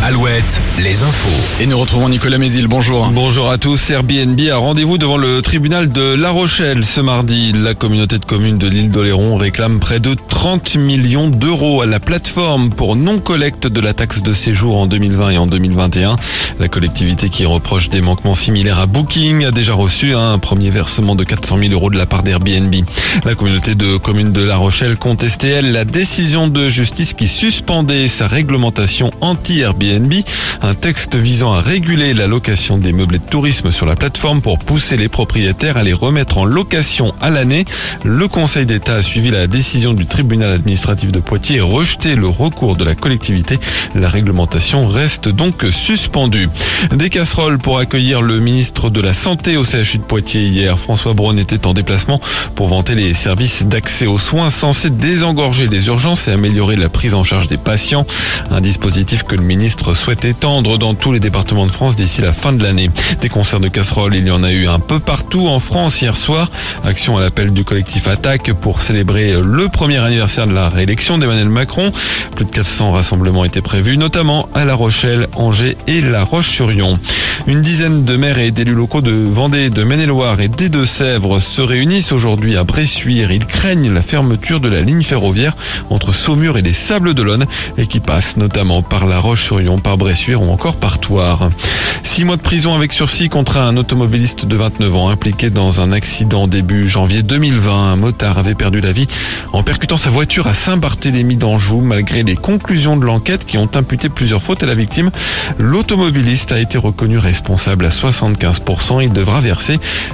Alouette, les infos. Et nous retrouvons Nicolas Mézil, bonjour. Bonjour à tous. Airbnb a rendez-vous devant le tribunal de La Rochelle ce mardi. La communauté de communes de l'île d'Oléron réclame près de 30 millions d'euros à la plateforme pour non-collecte de la taxe de séjour en 2020 et en 2021. La collectivité qui reproche des manquements similaires à Booking a déjà reçu un premier versement de 400 000 euros de la part d'Airbnb. La communauté de communes de La Rochelle contestait, elle, la décision de justice qui suspendait sa réglementation anti-Airbnb. Un texte visant à réguler la location des meublés de tourisme sur la plateforme pour pousser les propriétaires à les remettre en location à l'année. Le Conseil d'État a suivi la décision du tribunal administratif de Poitiers et rejeté le recours de la collectivité. La réglementation reste donc suspendue. Des casseroles pour accueillir le ministre de la Santé au CHU de Poitiers hier. François Braun était en déplacement pour vanter les services d'accès aux soins censés désengorger les urgences et améliorer la prise en charge des patients. Un dispositif que le ministre souhaite étendre dans tous les départements de France d'ici la fin de l'année. Des concerts de casseroles, il y en a eu un peu partout en France hier soir. Action à l'appel du collectif Attaque pour célébrer le premier anniversaire de la réélection d'Emmanuel Macron. Plus de 400 rassemblements étaient prévus, notamment à La Rochelle, Angers et La Roche-sur-Yon. Une dizaine de maires et d'élus locaux de Vendée, de Maine-et-Loire et des Deux-Sèvres se réunissent aujourd'hui à Bressuire. Ils craignent la fermeture de la ligne ferroviaire entre Saumur et les Sables-d'Olonne et qui passe notamment par La Roche-sur-Yon, par Bressuire ou encore par Thouars. 6 mois de prison avec sursis contre un automobiliste de 29 ans impliqué dans un accident début janvier 2020. Un motard avait perdu la vie en percutant sa voiture à Saint-Barthélemy d'Anjou. Malgré les conclusions de l'enquête qui ont imputé plusieurs fautes à la victime, l'automobiliste a été reconnu responsable à 75%. Il devra verser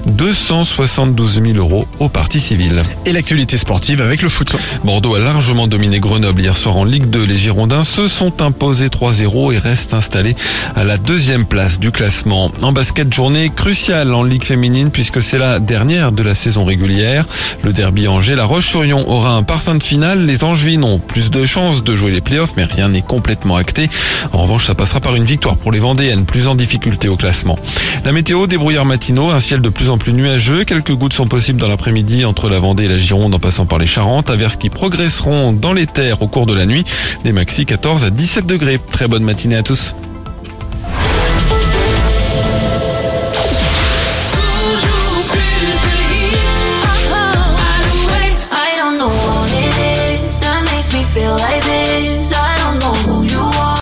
272 000 euros aux parties civiles. Et l'actualité sportive avec le foot. Bordeaux a largement dominé Grenoble hier soir en Ligue 2. Les Girondins se sont imposés 3-0 et restent installés à la 2e place du classement. En basket, journée cruciale en Ligue féminine puisque c'est la dernière de la saison régulière. Le derby Angers-La Roche-sur-Yon aura un parfum de finale. Les Angevines ont plus de chances de jouer les playoffs, mais rien n'est complètement acté. En revanche, ça passera par une victoire pour les Vendéennes, plus en difficulté au classement. La météo, des brouillards matinaux, un ciel de plus en plus nuageux. Quelques gouttes sont possibles dans l'après-midi entre la Vendée et la Gironde en passant par les Charentes. Averses qui progresseront dans les terres au cours de la nuit. Les maxi 14 à 17 degrés. Très bonne matinée à tous.